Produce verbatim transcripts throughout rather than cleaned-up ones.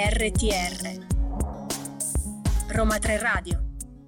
R T R Roma tre Radio.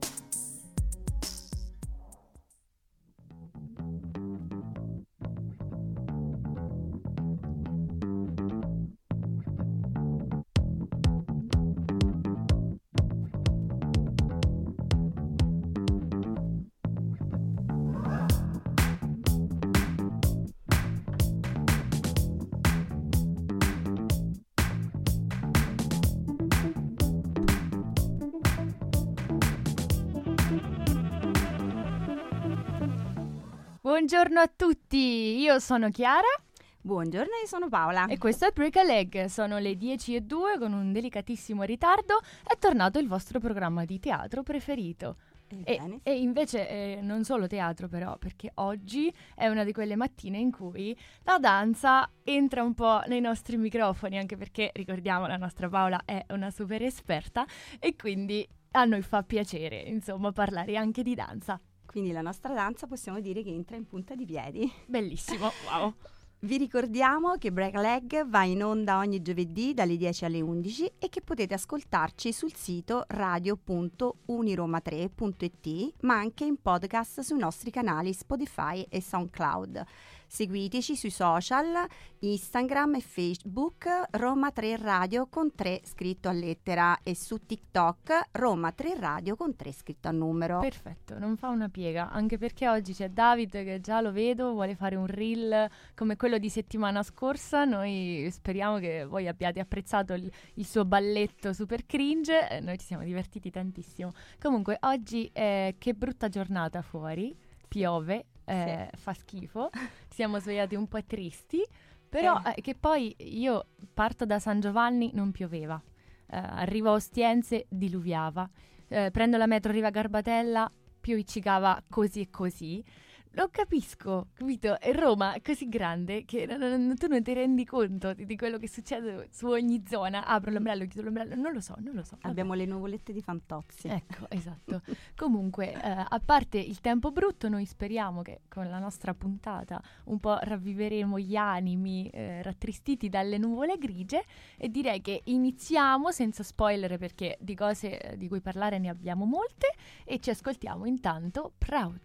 Buongiorno a tutti, io sono Chiara. Buongiorno, io sono Paola. E questo è Break a Leg. Sono le dieci e due, con un delicatissimo ritardo è tornato il vostro programma di teatro preferito. E, e invece eh, non solo teatro però, perché oggi è una di quelle mattine in cui la danza entra un po' nei nostri microfoni, anche perché, ricordiamo, la nostra Paola è una super esperta e quindi a noi fa piacere, insomma, parlare anche di danza. Quindi la nostra danza possiamo dire che entra in punta di piedi. Bellissimo, wow. Vi ricordiamo che Break a Leg va in onda ogni giovedì dalle dieci alle undici e che potete ascoltarci sul sito radio punto uniroma tre punto it, ma anche in podcast sui nostri canali Spotify e SoundCloud. Seguiteci sui social, Instagram e Facebook, Roma tre Radio con tre scritto a lettera, e su TikTok Roma tre Radio con tre scritto a numero. Perfetto, non fa una piega, anche perché oggi c'è David che già lo vedo, vuole fare un reel come quello di settimana scorsa. Noi speriamo che voi abbiate apprezzato il, il suo balletto super cringe, eh, noi ci siamo divertiti tantissimo. Comunque oggi eh, che brutta giornata fuori, piove. Eh, sì. Fa schifo, siamo svegliati un po' tristi, però eh. Eh, che poi io parto da San Giovanni, non pioveva, eh, arrivo a Ostiense, diluviava, eh, prendo la metro, arriva a Garbatella, pioviccicava così e così. Lo capisco, capito? E Roma è così grande che non, non, tu non ti rendi conto di, di quello che succede su ogni zona. Apro l'ombrello, chiudo l'ombrello, non lo so, non lo so. Vabbè. Abbiamo le nuvolette di Fantozzi. Ecco, esatto. Comunque, eh, a parte il tempo brutto, noi speriamo che con la nostra puntata un po' ravviveremo gli animi eh, rattristiti dalle nuvole grigie, e direi che iniziamo senza spoiler, perché di cose di cui parlare ne abbiamo molte, e ci ascoltiamo intanto Proud.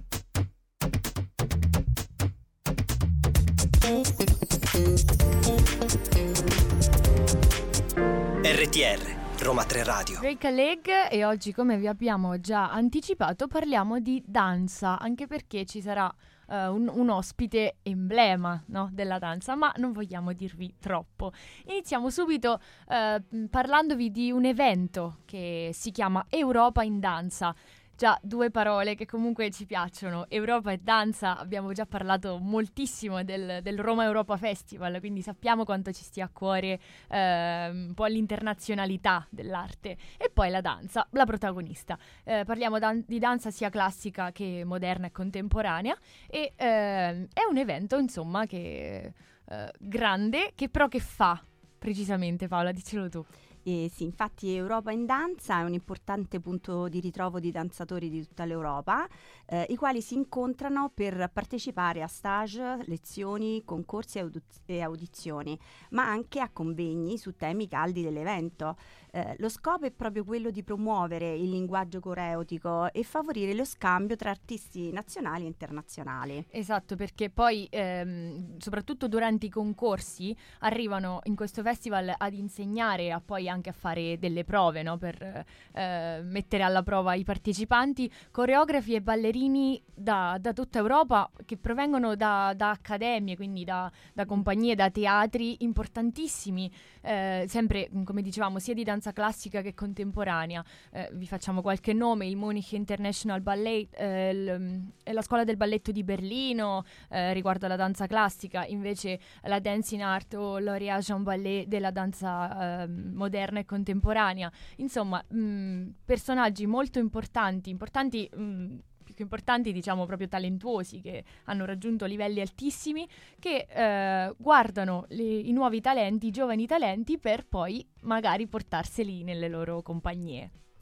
R T R Roma tre Radio. Break a Leg, e oggi, come vi abbiamo già anticipato, parliamo di danza, anche perché ci sarà uh, un, un ospite emblema, no, della danza, ma non vogliamo dirvi troppo. Iniziamo subito uh, parlandovi di un evento che si chiama Europa in Danza. Già, due parole che comunque ci piacciono, Europa e danza. Abbiamo già parlato moltissimo del, del Roma Europa Festival, quindi sappiamo quanto ci stia a cuore eh, un po' l'internazionalità dell'arte. E poi la danza, la protagonista. Eh, parliamo dan- di danza sia classica che moderna e contemporanea, e eh, è un evento, insomma, che eh, grande, che però che fa precisamente, Paola, dicelo tu. Eh, sì, infatti Europa in Danza è un importante punto di ritrovo di danzatori di tutta l'Europa, eh, i quali si incontrano per partecipare a stage, lezioni, concorsi e, aud- e audizioni, ma anche a convegni su temi caldi dell'evento. Eh, lo scopo è proprio quello di promuovere il linguaggio coreotico e favorire lo scambio tra artisti nazionali e internazionali. Esatto, perché poi ehm, soprattutto durante i concorsi arrivano in questo festival ad insegnare, a poi anche a fare delle prove, no? Per eh, mettere alla prova i partecipanti, coreografi e ballerini da, da tutta Europa, che provengono da, da accademie, quindi da, da compagnie, da teatri importantissimi, eh, sempre, come dicevamo, sia di danza classica che contemporanea. Eh, vi facciamo qualche nome: il Munich International Ballet, eh, l, la scuola del balletto di Berlino eh, riguardo alla danza classica, invece la Dancing Art o l'Orient Jean Ballet della danza eh, moderna e contemporanea. Insomma, mh, personaggi molto importanti, importanti mh, più che importanti, diciamo proprio talentuosi, che hanno raggiunto livelli altissimi, che eh, guardano le, i nuovi talenti, i giovani talenti, per poi magari portarseli nelle loro compagnie.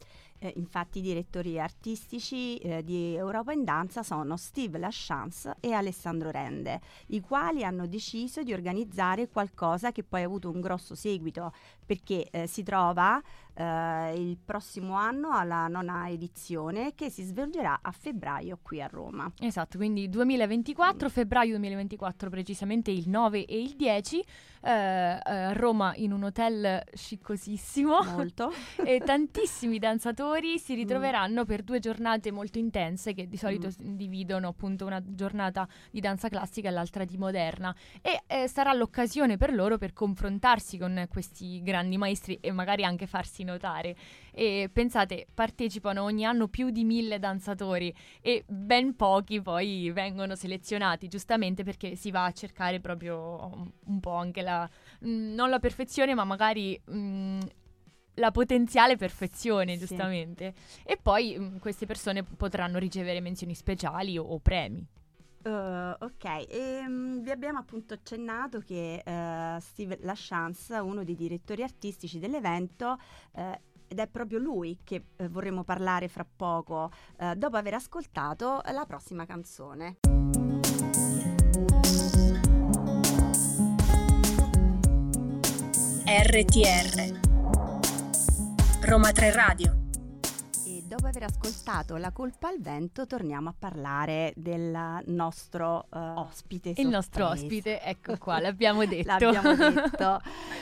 Eh, infatti i direttori artistici eh, di Europa in Danza sono Steve Lachance e Alessandro Rende, i quali hanno deciso di organizzare qualcosa che poi ha avuto un grosso seguito, perché eh, si trova eh, il prossimo anno alla nona edizione, che si svolgerà a febbraio qui a Roma. Esatto, quindi duemilaventiquattro, febbraio duemilaventiquattro, precisamente il nove e il dieci, eh, a Roma in un hotel sciccosissimo. Molto. E tantissimi danzatori si ritroveranno mm. per due giornate molto intense, che di solito mm. dividono appunto una giornata di danza classica e l'altra di moderna, e eh, sarà l'occasione per loro per confrontarsi con questi grandi maestri e magari anche farsi notare. E pensate, partecipano ogni anno più di mille danzatori e ben pochi poi vengono selezionati, giustamente perché si va a cercare proprio un po' anche la mh, non la perfezione, ma magari mh, la potenziale perfezione, giustamente. Sì. E poi mh, queste persone potranno ricevere menzioni speciali o, o premi. Uh, ok, e, um, vi abbiamo appunto accennato che uh, Steve Lachance, uno dei direttori artistici dell'evento, uh, ed è proprio lui che uh, vorremmo parlare fra poco, uh, dopo aver ascoltato la prossima canzone. R T R Roma tre Radio. Dopo aver ascoltato La colpa al vento, torniamo a parlare del nostro uh, ospite. Il nostro ospite, ecco qua, l'abbiamo detto. L'abbiamo detto.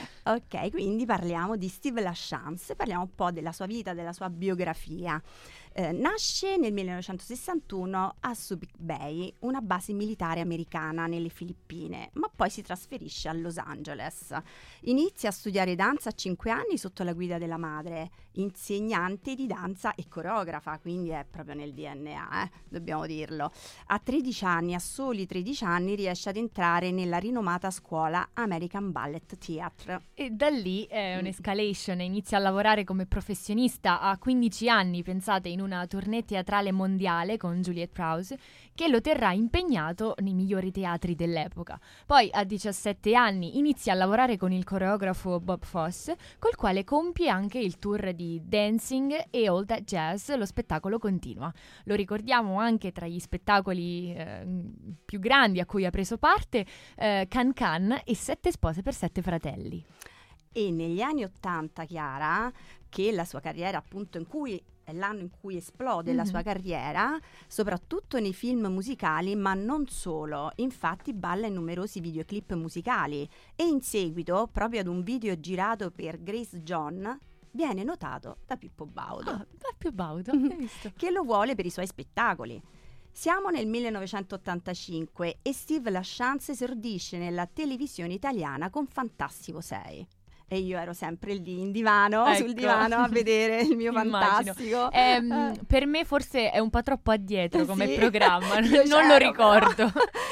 Ok, quindi parliamo di Steve Lachance, parliamo un po' della sua vita, della sua biografia. Eh, nasce nel millenovecentosessantuno a Subic Bay, una base militare americana nelle Filippine, ma poi si trasferisce a Los Angeles. Inizia a studiare danza a cinque anni sotto la guida della madre, insegnante di danza e coreografa, quindi è proprio nel D N A, eh, dobbiamo dirlo. A tredici anni, a soli tredici anni, riesce ad entrare nella rinomata scuola American Ballet Theatre. E da lì è un'escalation, inizia a lavorare come professionista a quindici anni, pensate, in una tournée teatrale mondiale con Juliette Prowse, che lo terrà impegnato nei migliori teatri dell'epoca. Poi a diciassette anni inizia a lavorare con il coreografo Bob Fosse, col quale compie anche il tour di Dancing e All That Jazz. Lo spettacolo continua. Lo ricordiamo anche tra gli spettacoli eh, più grandi a cui ha preso parte, eh, Can Can e Sette spose per sette fratelli. E negli anni Ottanta, Chiara, che la sua carriera appunto in cui è l'anno in cui esplode mm-hmm. la sua carriera, soprattutto nei film musicali, ma non solo. Infatti balla in numerosi videoclip musicali e in seguito, proprio ad un video girato per Grace John, viene notato da Pippo Baudo. Ah, da Pippo Baudo, hai visto? Che lo vuole per i suoi spettacoli. Siamo nel millenovecentottantacinque e Steve Lachance esordisce nella televisione italiana con Fantastico sei. E io ero sempre lì in divano, ecco. sul divano a vedere il mio Fantastico. Ehm, per me forse è un po' troppo addietro come sì. programma, non lo ricordo.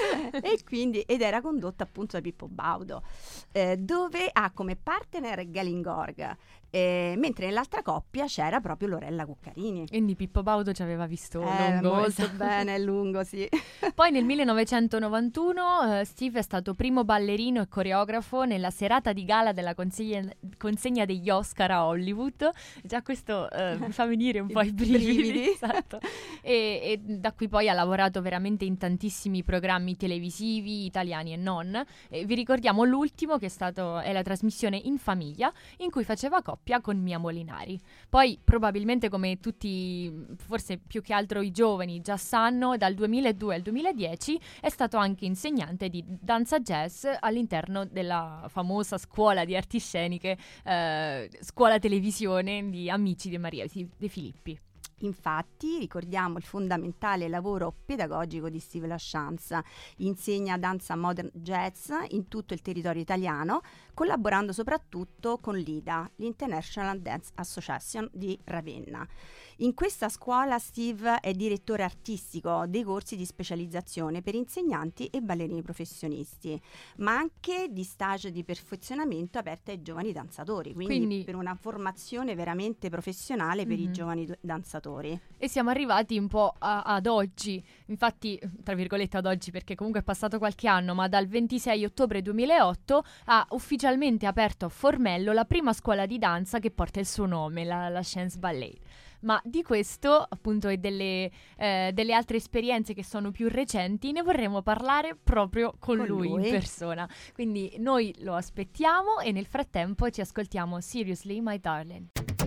E quindi, ed era condotto appunto da Pippo Baudo, eh, dove ha come partner Galingorg, eh, mentre nell'altra coppia c'era proprio Lorella Cuccarini. Quindi Pippo Baudo ci aveva visto eh, lungo. Molto bene, lungo, sì. Poi nel millenovecentonovantuno eh, Steve è stato primo ballerino e coreografo nella serata di gala della consegna, consegna degli Oscar a Hollywood. Già questo eh, mi fa venire un po' i brividi. brividi. Esatto. E, e da qui poi ha lavorato veramente in tantissimi programmi televisivi, italiani e non. E vi ricordiamo l'ultimo, che è stato è la trasmissione In Famiglia, in cui faceva coppia con Mia Molinari. Poi probabilmente, come tutti, forse più che altro i giovani già sanno, dal duemiladue al duemiladieci è stato anche insegnante di danza jazz all'interno della famosa scuola di arti sceniche, eh, scuola televisione di Amici di Maria De Filippi. Infatti ricordiamo il fondamentale lavoro pedagogico di Steve Lachance. Insegna danza modern jazz in tutto il territorio italiano, collaborando soprattutto con l'I D A, l'International Dance Association di Ravenna. In questa scuola Steve è direttore artistico dei corsi di specializzazione per insegnanti e ballerini professionisti, ma anche di stage di perfezionamento aperti ai giovani danzatori, quindi, quindi per una formazione veramente professionale per mm-hmm. i giovani do- danzatori. E siamo arrivati un po' a- ad oggi, infatti tra virgolette ad oggi perché comunque è passato qualche anno, ma dal ventisei ottobre duemilaotto ha ufficialmente aperto a Formello la prima scuola di danza che porta il suo nome, la, la Chance Ballet. ma di questo appunto e delle, eh, delle altre esperienze che sono più recenti ne vorremmo parlare proprio con, Con lui, lui. in persona. Quindi noi lo aspettiamo e nel frattempo ci ascoltiamo Seriously My Darling.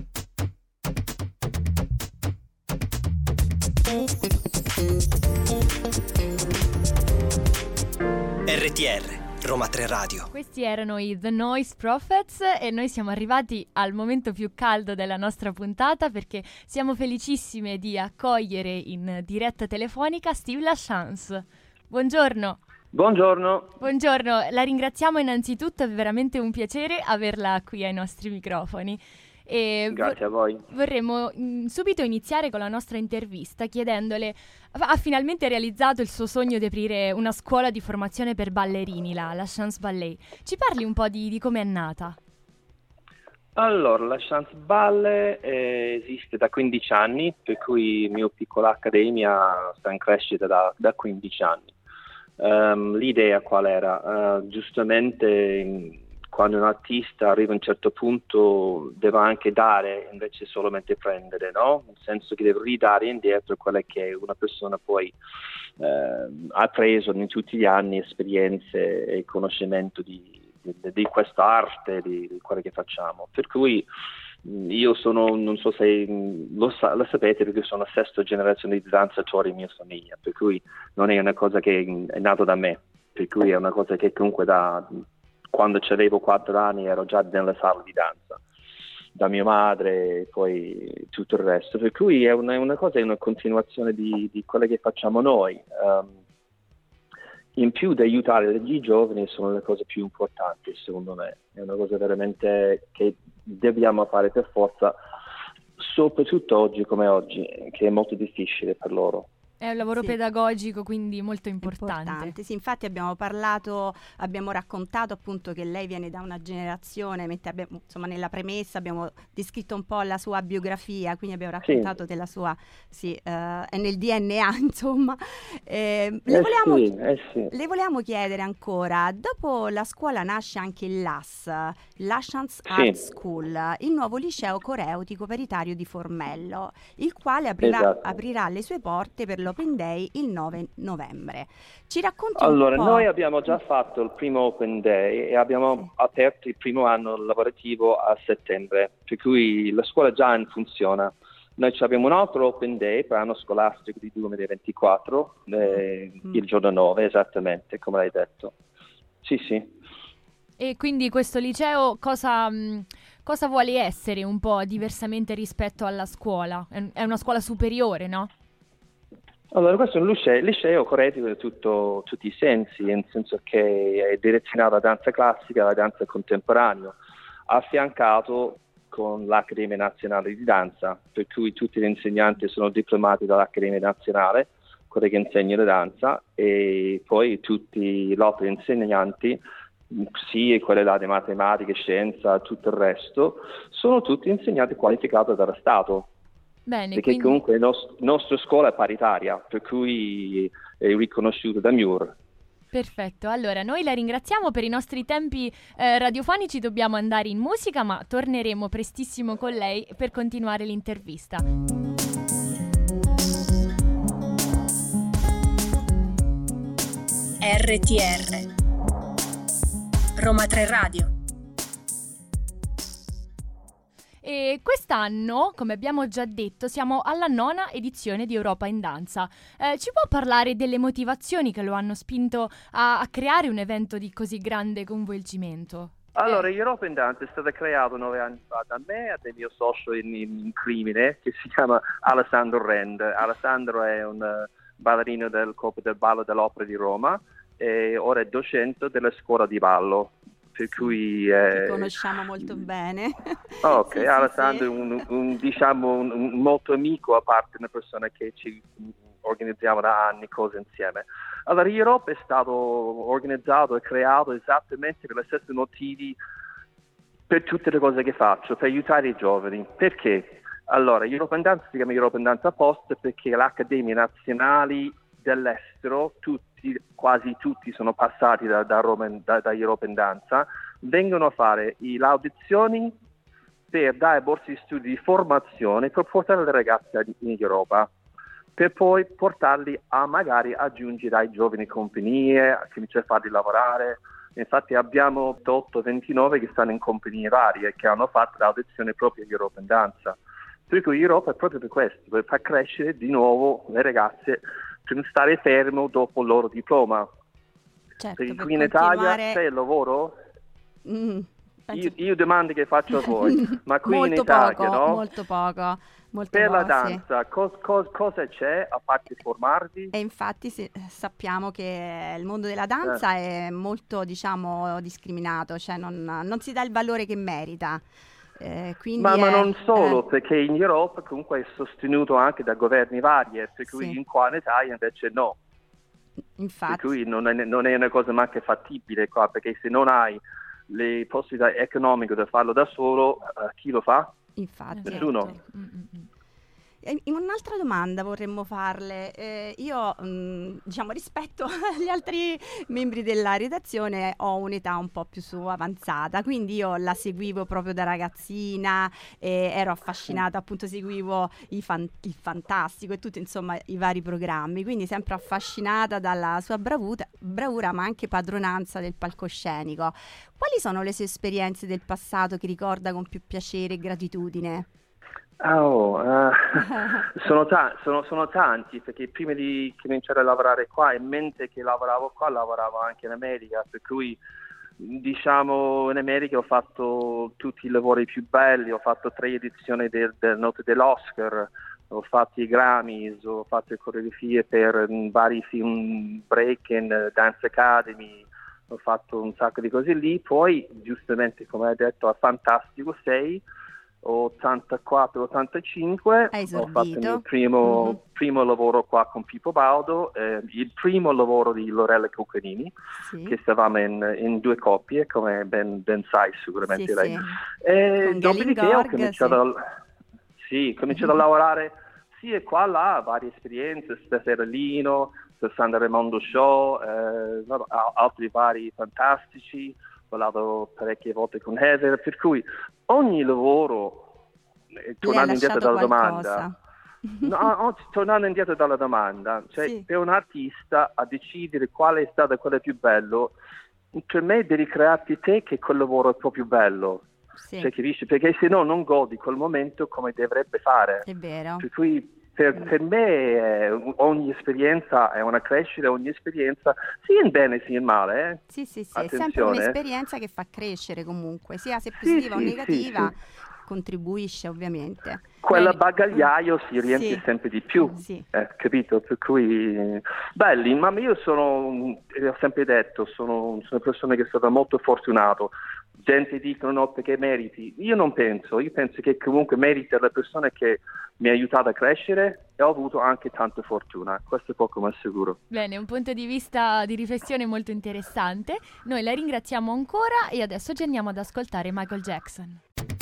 R T R Roma tre Radio. Questi erano i The Noise Prophets e noi siamo arrivati al momento più caldo della nostra puntata perché siamo felicissime di accogliere in diretta telefonica Steve LaChance. Buongiorno. Buongiorno. Buongiorno, la ringraziamo innanzitutto, è veramente un piacere averla qui ai nostri microfoni. E Grazie a voi. Vorremmo mh, subito iniziare con la nostra intervista chiedendole, ha finalmente realizzato il suo sogno di aprire una scuola di formazione per ballerini, la, la Chance Ballet. Ci parli un po' di, di come è nata? Allora, la Chance Ballet eh, esiste da quindici anni, per cui mia piccola accademia sta in crescita da, da quindici anni. Um, l'idea qual era? Uh, giustamente in, quando un artista arriva a un certo punto deve anche dare invece solamente prendere, no? Nel senso che deve ridare indietro quello che una persona poi eh, ha preso in tutti gli anni, esperienze e conoscimento di, di, di questa arte, di, di quello che facciamo. Per cui io sono, non so se lo, sa, lo sapete, perché sono la sesta generazione di danzatori in mia famiglia, per cui non è una cosa che è nata da me, per cui è una cosa che comunque da... Quando avevo quattro anni ero già nella sala di danza, da mia madre e poi tutto il resto. Per cui è una, una cosa, è una continuazione di, di quello che facciamo noi. Um, in più di aiutare i giovani sono le cose più importanti, secondo me. È una cosa veramente che dobbiamo fare per forza, soprattutto oggi come oggi, che è molto difficile per loro. È un lavoro Sì. pedagogico, quindi molto importante. Importante. Sì, infatti abbiamo parlato, abbiamo raccontato appunto che lei viene da una generazione, mentre abbiamo, insomma, nella premessa abbiamo descritto un po' la sua biografia, quindi abbiamo raccontato Sì. della sua, sì, eh, è nel D N A, insomma. Eh, le, Eh volevamo, sì, eh sì. le volevamo chiedere ancora, dopo la scuola nasce anche l'A S, l'Ashans Sì. Art School, il nuovo liceo coreutico paritario di Formello, il quale aprirà, Esatto. aprirà le sue porte per l'Open Day il nove novembre. Ci racconti Allora, un po'? noi abbiamo già fatto il primo Open Day e abbiamo Sì. aperto il primo anno lavorativo a settembre, per cui la scuola già funziona. Noi abbiamo un altro Open Day per l'anno scolastico di duemilaventiquattro, eh, Mm. il giorno nove esattamente, come l'hai detto. Sì, sì. E quindi questo liceo cosa, mh, cosa vuole essere un po' diversamente rispetto alla scuola? È, è una scuola superiore, no? Allora, questo è un liceo, liceo coreutico in tutto, tutti i sensi, nel senso che è direzionato alla danza classica e alla danza contemporanea, affiancato con l'Accademia Nazionale di Danza, per cui tutti gli insegnanti sono diplomati dall'Accademia Nazionale, quelli che insegnano danza, e poi tutti gli altri insegnanti, sì, quelli là di matematica, scienza, tutto il resto, sono tutti insegnanti qualificati dallo Stato. Bene, Perché quindi comunque la nost- nostra scuola è paritaria, per cui è riconosciuta da M U R. perfetto. Allora, noi la ringraziamo per i nostri tempi eh, radiofonici, dobbiamo andare in musica, ma torneremo prestissimo con lei per continuare l'intervista. R T R Roma tre Radio. E quest'anno, come abbiamo già detto, siamo alla nona edizione di Europa in Danza. Eh, ci può parlare delle motivazioni che lo hanno spinto a, a creare un evento di così grande coinvolgimento? Allora, Europa in Danza è stata creata nove anni fa da me e del mio socio in, in crimine, che si chiama Alessandro Rend. Alessandro è un uh, ballerino del corpo del ballo dell'Opera di Roma e ora è docente della scuola di ballo. Per cui eh, Ti conosciamo molto bene. ok, Sì, sì, Alessandro sì. è un, un, diciamo un, un molto amico, a parte una persona che ci organizziamo da anni cose insieme. Allora, Europa è stato organizzato e creato esattamente per gli stessi motivi per tutte le cose che faccio, per aiutare i giovani. Perché? Allora, Europa in Danza si chiama Europa in Danza apposta perché le accademie nazionali dell'estero, tutti, quasi tutti sono passati da, da, Roma, da, da Europa in Danza, vengono a fare le audizioni per dare borse di studio di formazione per portare le ragazze in Europa, per poi portarli a magari aggiungere ai giovani compagnie, a cominciare a farli lavorare. Infatti abbiamo ventotto ventinove che stanno in compagnie varie, che hanno fatto l'audizione proprio in Europa in danza. Per cui Europa è proprio per questo, per far crescere di nuovo le ragazze, per non stare fermo dopo il loro diploma. Certo, Perché per qui in continuare... Italia c'è il lavoro? Mm, penso... io, io domande che faccio a voi, ma qui molto in Italia, poco, no? molto poco. Molto Per poco, la danza, cos, cos, cosa c'è a parte formarvi? E infatti sì, sappiamo che il mondo della danza eh. è molto, diciamo, discriminato, cioè non, non si dà il valore che merita. Eh, quindi ma, è, ma non solo, eh, perché in Europa comunque è sostenuto anche da governi vari, per cui sì. in qua in Italia invece no. Infatti. Per cui non è, non è una cosa manco fattibile qua, perché se non hai le possibilità economiche di farlo da solo, uh, chi lo fa? Infatti. Nessuno. Esatto. Mm-mm. Un'altra domanda vorremmo farle. Eh, io, mh, diciamo, rispetto agli altri membri della redazione, ho un'età un po' più su avanzata, quindi io la seguivo proprio da ragazzina, e ero affascinata, appunto seguivo i fan- il Fantastico e tutti, insomma, i vari programmi, quindi sempre affascinata dalla sua bravuta, bravura, ma anche padronanza del palcoscenico. Quali sono le sue esperienze del passato che ricorda con più piacere e gratitudine? Oh, uh, sono, ta- sono, sono tanti, perché prima di cominciare a lavorare qua, in mente che lavoravo qua, lavoravo anche in America, per cui diciamo in America ho fatto tutti i lavori più belli, ho fatto tre edizioni del, del note dell'Oscar, ho fatto i Grammys, ho fatto coreografie per um, vari film breaking, Dance Academy, ho fatto un sacco di cose lì, poi giustamente come hai detto al Fantastico sei, ottantaquattro ottantacinque ho fatto il mio primo, mm-hmm. primo lavoro qua con Pippo Baudo, eh, il primo lavoro di Lorella Cuccarini, sì. che stavamo in, in due coppie, come ben, ben sai sicuramente sì, lei. Sì. E dopodiché ho cominciato, sì. a, sì, cominciato mm-hmm. a lavorare sì e qua là, varie esperienze, Steferellino, San Raimondo Show, eh, altri vari fantastici. Ho lavorato parecchie volte con Heather, per cui ogni lavoro, eh, tornando indietro dalla domanda, no, tornando indietro dalla domanda, cioè sì. per un artista a decidere quale è stato quello più bello, per me devi crearti te che quel lavoro è proprio bello, sì. cioè, capisci? Perché se no non godi quel momento come dovrebbe fare. È vero. Per cui Per, per me eh, ogni esperienza è una crescita, ogni esperienza, sia in bene sia in male. Eh. Sì, sì, sì, Attenzione. È sempre un'esperienza che fa crescere comunque, sia se positiva sì, o negativa, sì, sì. contribuisce ovviamente. Quella bagagliaio si riempie sì. sempre di più, sì. eh, capito? Per cui, belli, ma io sono, ho sempre detto, sono, sono una persona che è stata molto fortunato. Gente dicono no perché meriti, io non penso, io penso che comunque meriti la persona che mi ha aiutato a crescere e ho avuto anche tanta fortuna, questo è poco ma sicuro. Bene, un punto di vista di riflessione molto interessante, noi la ringraziamo ancora e adesso ci andiamo ad ascoltare Michael Jackson.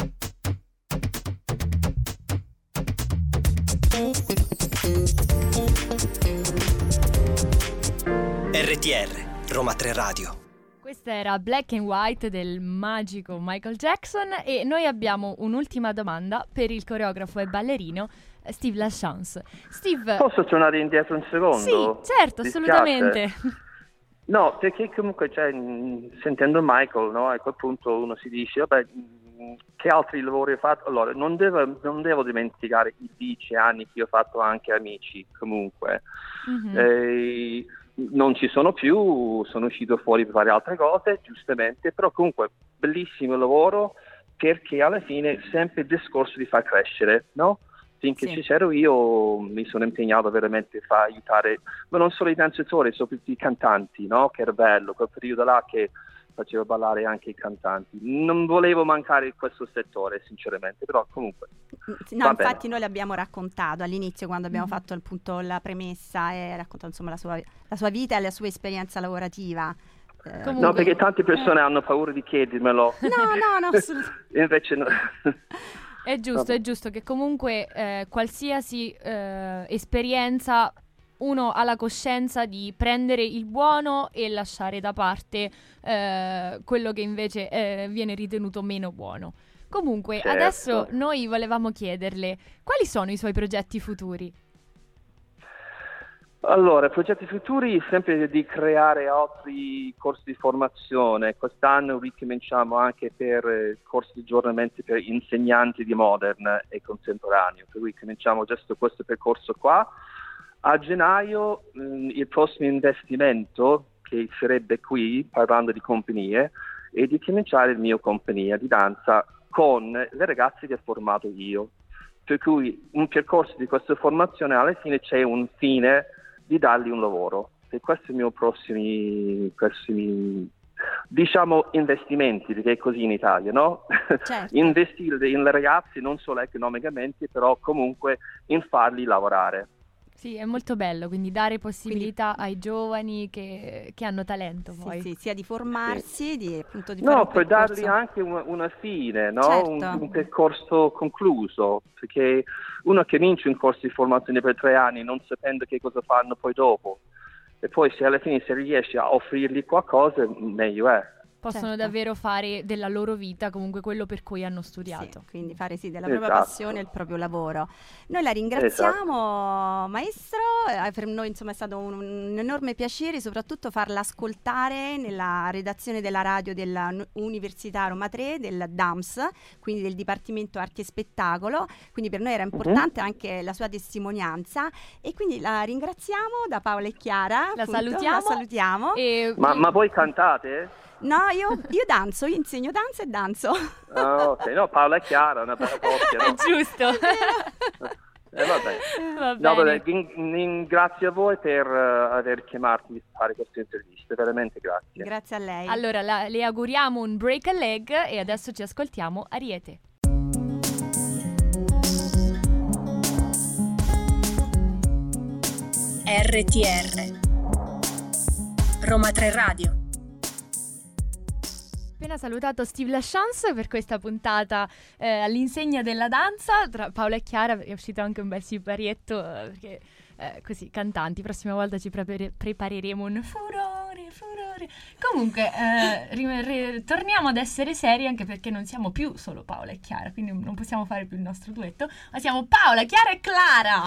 R T R, Roma tre Radio. Questa era Black and White del magico Michael Jackson e noi abbiamo un'ultima domanda per il coreografo e ballerino Steve Lachance. Steve, posso tornare indietro un secondo? Sì, certo, Dispiace. assolutamente. No, perché comunque cioè, sentendo Michael, no, a quel punto uno si dice, vabbè, che altri lavori ho fatto? Allora, non devo, non devo dimenticare i dieci anni che ho fatto anche Amici, comunque. Mm-hmm. E, non ci sono più, sono uscito fuori per fare altre cose, giustamente, però comunque bellissimo lavoro, perché alla fine sempre il discorso di far crescere, no? Finché sì. ci c'ero io mi sono impegnato veramente a far aiutare, ma non solo i danzatori, soprattutto i cantanti, no? Che era bello, quel periodo là che faceva ballare anche i cantanti. Non volevo mancare in questo settore, sinceramente, però comunque. No, infatti bene. Noi l'abbiamo raccontato all'inizio quando abbiamo mm-hmm. fatto appunto la premessa e raccontato insomma la sua, la sua vita e la sua esperienza lavorativa. Eh, comunque, no, perché tante persone eh. hanno paura di chiedermelo. No, no, no, assolutamente. Invece no. È giusto, Vabbè. è giusto che comunque eh, qualsiasi eh, esperienza uno ha la coscienza di prendere il buono e lasciare da parte eh, quello che invece eh, viene ritenuto meno buono. Comunque, Certo. adesso noi volevamo chiederle quali sono i suoi progetti futuri? Allora, progetti futuri sempre di creare altri corsi di formazione. Quest'anno ricominciamo anche per eh, corsi di aggiornamento per insegnanti di modern e contemporaneo, per cui cominciamo giusto questo percorso qua. A gennaio mh, il prossimo investimento che sarebbe qui, parlando di compagnie, è di cominciare il mio compagnia di danza con le ragazze che ho formato io. Per cui un percorso di questa formazione alla fine c'è un fine di dargli un lavoro. E questi sono i miei prossimi, prossimi diciamo investimenti, perché è così in Italia, no? Certo. Investire in ragazzi non solo economicamente, però comunque in farli lavorare. Sì, è molto bello, quindi dare possibilità ai giovani che, che hanno talento Sì, poi. sì, sia di formarsi, di appunto di fare No, un per percorso. dargli anche una, una fine, no? Certo. un, un percorso concluso, perché uno che vince un corso di formazione per tre anni non sapendo che cosa fanno poi dopo, e poi se alla fine se riesci a offrirgli qualcosa, meglio è. Possono Certo. davvero fare della loro vita comunque quello per cui hanno studiato. Sì, quindi fare sì della propria Esatto. passione il proprio lavoro. Noi la ringraziamo, maestro, eh, per noi insomma è stato un, un enorme piacere, soprattutto farla ascoltare nella redazione della radio dell'Università Roma tre, del D A M S, quindi del Dipartimento Arti e Spettacolo, quindi per noi era importante Mhm. anche la sua testimonianza e quindi la ringraziamo da Paola e Chiara. La appunto, salutiamo. La salutiamo. E Ma, ma voi cantate? No, io, io danzo, io insegno danza e danzo. Ah, ok, no, Paola e Chiara, una bella coppia, è no? giusto. Eh, vabbè. Va No, bene. vabbè, rin- ringrazio a voi per uh, aver chiamato a fare queste interviste, veramente grazie. Grazie a lei. Allora, la- le auguriamo un break a leg e adesso ci ascoltiamo Ariete. R T R Roma tre Radio. Appena salutato Steve Lachance per questa puntata eh, all'insegna della danza tra Paola e Chiara, è uscito anche un bel siparietto eh, perché eh, così cantanti, prossima volta ci prepare- prepareremo un furore, furore. Comunque eh, ri- ri- torniamo ad essere seri, anche perché non siamo più solo Paola e Chiara, quindi non possiamo fare più il nostro duetto, ma siamo Paola, Chiara e Clara.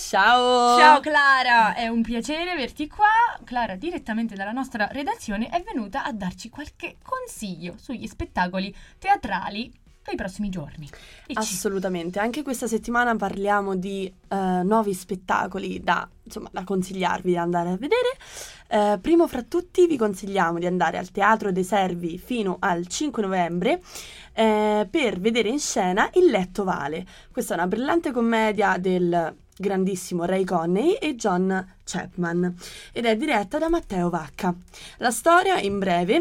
Ciao! Ciao Clara, è un piacere averti qua. Clara, direttamente dalla nostra redazione, è venuta a darci qualche consiglio sugli spettacoli teatrali dei prossimi giorni. Dici. Assolutamente, anche questa settimana parliamo di eh, nuovi spettacoli da, insomma, da consigliarvi di andare a vedere. Eh, primo fra tutti vi consigliamo di andare al Teatro dei Servi fino al cinque novembre eh, per vedere in scena Il letto vale. Questa è una brillante commedia del grandissimo Ray Conney e John Chapman ed è diretta da Matteo Vacca. La storia, in breve,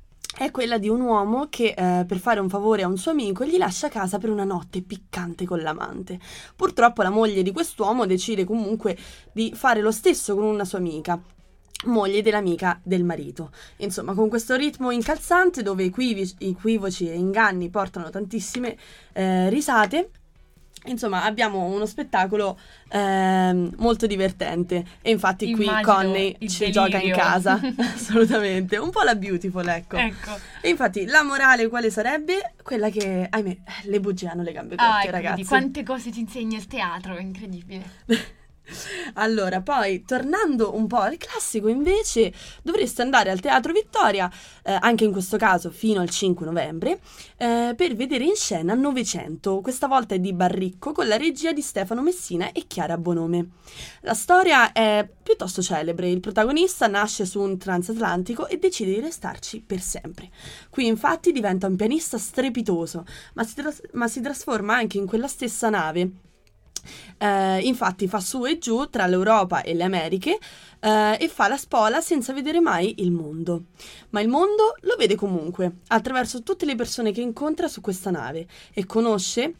è quella di un uomo che eh, per fare un favore a un suo amico gli lascia casa per una notte piccante con l'amante. Purtroppo la moglie di quest'uomo decide comunque di fare lo stesso con una sua amica, moglie dell'amica del marito. Insomma, con questo ritmo incalzante dove equivoci, equivoci e inganni portano tantissime eh, risate, insomma, abbiamo uno spettacolo ehm, molto divertente e infatti Immagino qui Conny il ci delirio. gioca in casa, assolutamente, un po' la Beautiful, ecco. Ecco. E infatti la morale quale sarebbe? Quella che, ahimè, le bugie hanno le gambe corte, Ah, ecco, ragazzi. vedi quante cose ci insegna il teatro, è incredibile. Allora, poi, tornando un po' al classico, invece, dovreste andare al Teatro Vittoria, eh, anche in questo caso fino al cinque novembre, eh, per vedere in scena Novecento. Questa volta è di Barricco, con la regia di Stefano Messina e Chiara Bonome. La storia è piuttosto celebre. Il protagonista nasce su un transatlantico e decide di restarci per sempre. Qui, infatti, diventa un pianista strepitoso, ma si, tras- ma si trasforma anche in quella stessa nave. Eh, infatti fa su e giù tra l'Europa e le Americhe eh, e fa la spola senza vedere mai il mondo. Ma il mondo lo vede comunque, attraverso tutte le persone che incontra su questa nave e conosce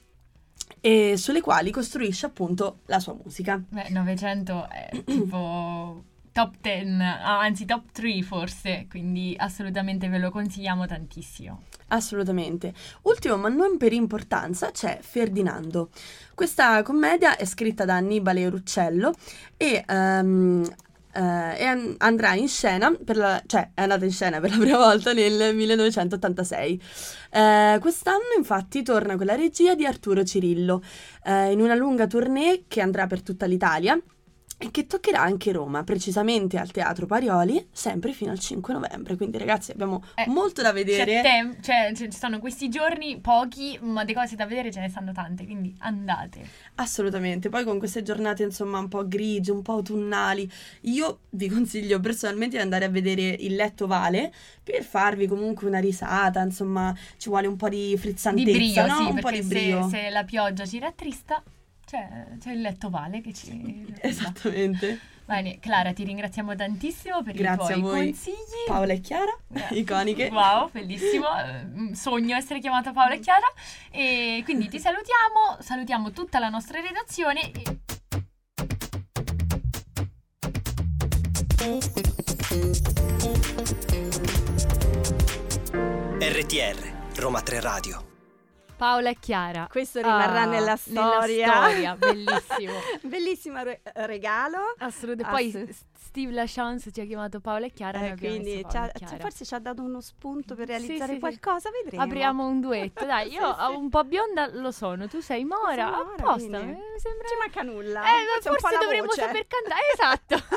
e sulle quali costruisce appunto la sua musica. Beh, Novecento è tipo top dieci, anzi top tre forse, quindi assolutamente ve lo consigliamo tantissimo. Assolutamente. Ultimo, ma non per importanza, c'è Ferdinando. Questa commedia è scritta da Annibale Ruccello e um, eh, e an- andrà in scena, per la, cioè è andata in scena per la prima volta nel millenovecentottantasei. Eh, quest'anno infatti torna con la regia di Arturo Cirillo, eh, in una lunga tournée che andrà per tutta l'Italia e che toccherà anche Roma, precisamente al Teatro Parioli, sempre fino al cinque novembre. Quindi ragazzi abbiamo Eh, molto da vedere. C'è tem- cioè, ci sono questi giorni, pochi, ma di cose da vedere ce ne stanno tante, quindi andate. Assolutamente, poi con queste giornate insomma un po' grigie, un po' autunnali, io vi consiglio personalmente di andare a vedere Il letto vale, per farvi comunque una risata, insomma ci vuole un po' di frizzantezza, Di brio, no? sì, un po' perché di brio. se, se la pioggia ci rattrista, c'è, c'è il letto vale che ci... Esattamente. Bene, Clara, ti ringraziamo tantissimo per Grazie i a tuoi voi. consigli. Paola e Chiara, Eh, iconiche. Wow, bellissimo. Eh, Sogno essere chiamata Paola e Chiara. E quindi ti salutiamo, salutiamo tutta la nostra redazione. e- R T R, Roma tre Radio. Paola e Chiara. Questo rimarrà Ah, nella storia. Nella storia, bellissimo. Bellissimo re- regalo. Assolutamente. Poi Assolut- S- Steve LaChance ci ha chiamato Paola e Chiara. noi Eh, abbiamo quindi messo ci ha- Paola e ci ha- Chiara. forse ci ha dato uno spunto per Sì, realizzare sì, sì. qualcosa, vedremo. Apriamo un duetto, dai, io Sì, sì. ho un po' bionda lo sono, tu sei mora, Sei mora, apposta, quindi. mi sembra... Ci manca nulla. Eh, Forse un po' forse la dovremmo voce. saper cantare, esatto.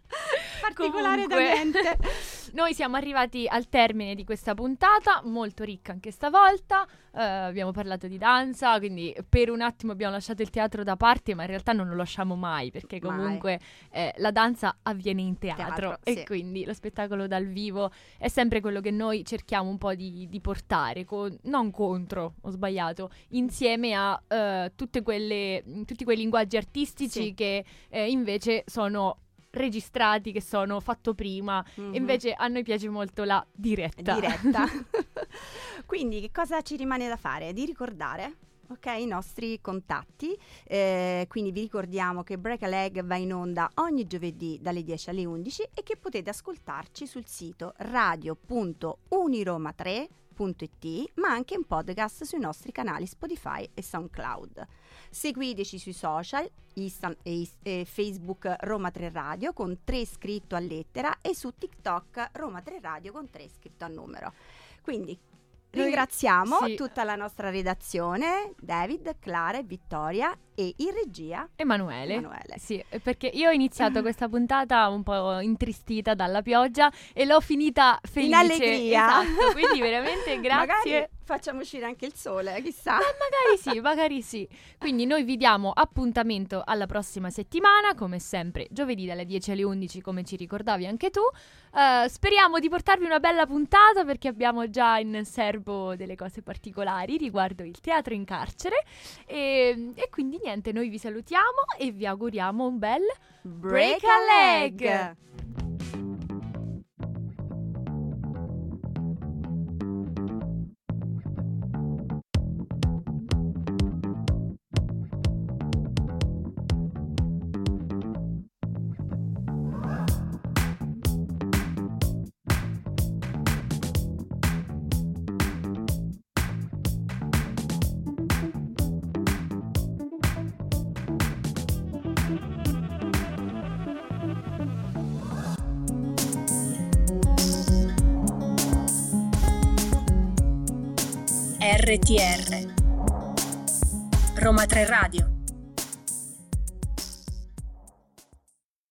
Particolare da Comunque, niente. Noi siamo arrivati al termine di questa puntata, molto ricca anche stavolta. Eh, abbiamo parlato di danza, quindi per un attimo abbiamo lasciato il teatro da parte, ma in realtà non lo lasciamo mai, perché Mai. comunque eh, la danza avviene in teatro, Teatro, e sì. quindi lo spettacolo dal vivo è sempre quello che noi cerchiamo un po' di, di portare, con- non contro, ho sbagliato, insieme a eh, tutte quelle, tutti quei linguaggi artistici Sì. che eh, invece sono registrati, che sono fatto prima. Mhm. E invece a noi piace molto la diretta. diretta. Quindi che cosa ci rimane da fare? Di ricordare, ok, i nostri contatti. Eh, quindi vi ricordiamo che Break a Leg va in onda ogni giovedì dalle dieci alle undici e che potete ascoltarci sul sito radio punto uniroma tre punto it, ma anche in podcast sui nostri canali Spotify e SoundCloud. Seguiteci sui social, Insta e, is- e Facebook Roma tre Radio con tre scritto a lettera e su TikTok Roma tre Radio con tre scritto a numero. Quindi Noi- ringraziamo sì. tutta la nostra redazione, David, Clara e Vittoria, e in regia Emanuele. Emanuele. Sì, perché io ho iniziato questa puntata un po' intristita dalla pioggia e l'ho finita felice. In allegria. Esatto, quindi veramente grazie. Magari facciamo uscire anche il sole, chissà. Ma magari sì, magari sì. Quindi noi vi diamo appuntamento alla prossima settimana, come sempre, giovedì dalle dieci alle undici, come ci ricordavi anche tu. Eh, speriamo di portarvi una bella puntata, perché abbiamo già in serbo delle cose particolari riguardo il teatro in carcere. E, e quindi niente, noi vi salutiamo e vi auguriamo un bel Break a leg! R T R Roma tre Radio.